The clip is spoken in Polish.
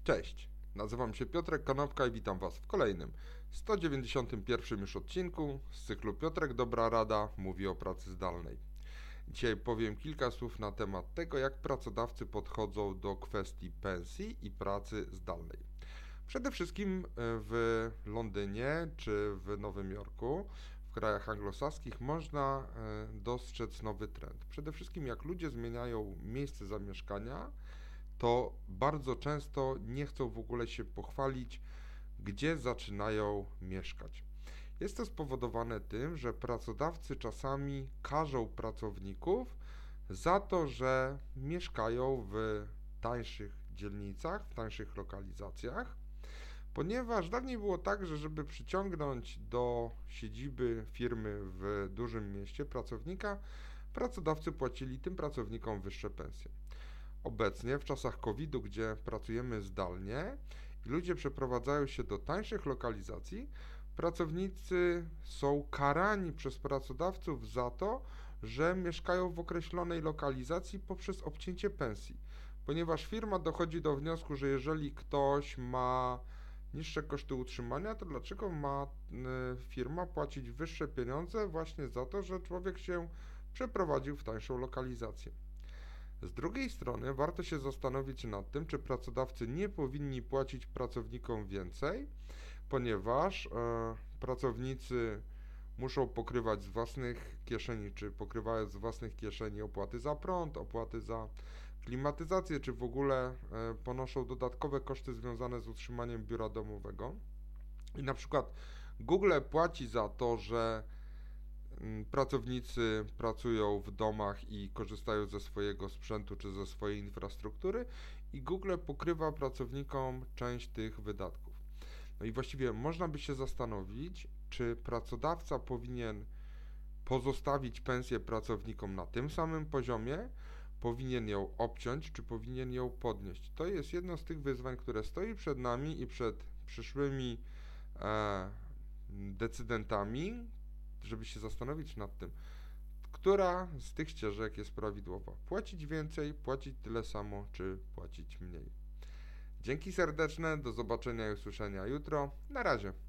Cześć, nazywam się Piotrek Konopka i witam Was w kolejnym 191 już odcinku z cyklu Piotrek Dobra Rada mówi o pracy zdalnej. Dzisiaj powiem kilka słów na temat tego, jak pracodawcy podchodzą do kwestii pensji i pracy zdalnej. Przede wszystkim w Londynie czy w Nowym Jorku, w krajach anglosaskich można dostrzec nowy trend. Przede wszystkim jak ludzie zmieniają miejsce zamieszkania, to bardzo często nie chcą w ogóle się pochwalić, gdzie zaczynają mieszkać. Jest to spowodowane tym, że pracodawcy czasami karzą pracowników za to, że mieszkają w tańszych dzielnicach, w tańszych lokalizacjach, ponieważ dawniej było tak, że żeby przyciągnąć do siedziby firmy w dużym mieście pracownika, pracodawcy płacili tym pracownikom wyższe pensje. Obecnie, w czasach COVID-u, gdzie pracujemy zdalnie i ludzie przeprowadzają się do tańszych lokalizacji, pracownicy są karani przez pracodawców za to, że mieszkają w określonej lokalizacji poprzez obcięcie pensji. Ponieważ firma dochodzi do wniosku, że jeżeli ktoś ma niższe koszty utrzymania, to dlaczego ma firma płacić wyższe pieniądze właśnie za to, że człowiek się przeprowadził w tańszą lokalizację. Z drugiej strony warto się zastanowić nad tym, czy pracodawcy nie powinni płacić pracownikom więcej, ponieważ pracownicy muszą pokrywać z własnych kieszeni, czy pokrywają z własnych kieszeni opłaty za prąd, opłaty za klimatyzację, czy w ogóle ponoszą dodatkowe koszty związane z utrzymaniem biura domowego. I na przykład Google płaci za to, że pracownicy pracują w domach i korzystają ze swojego sprzętu czy ze swojej infrastruktury i Google pokrywa pracownikom część tych wydatków. No i właściwie można by się zastanowić, czy pracodawca powinien pozostawić pensję pracownikom na tym samym poziomie, powinien ją obciąć, czy powinien ją podnieść. To jest jedno z tych wyzwań, które stoi przed nami i przed przyszłymi decydentami, żeby się zastanowić nad tym, która z tych ścieżek jest prawidłowa. Płacić więcej, płacić tyle samo, czy płacić mniej. Dzięki serdeczne, do zobaczenia i usłyszenia jutro. Na razie.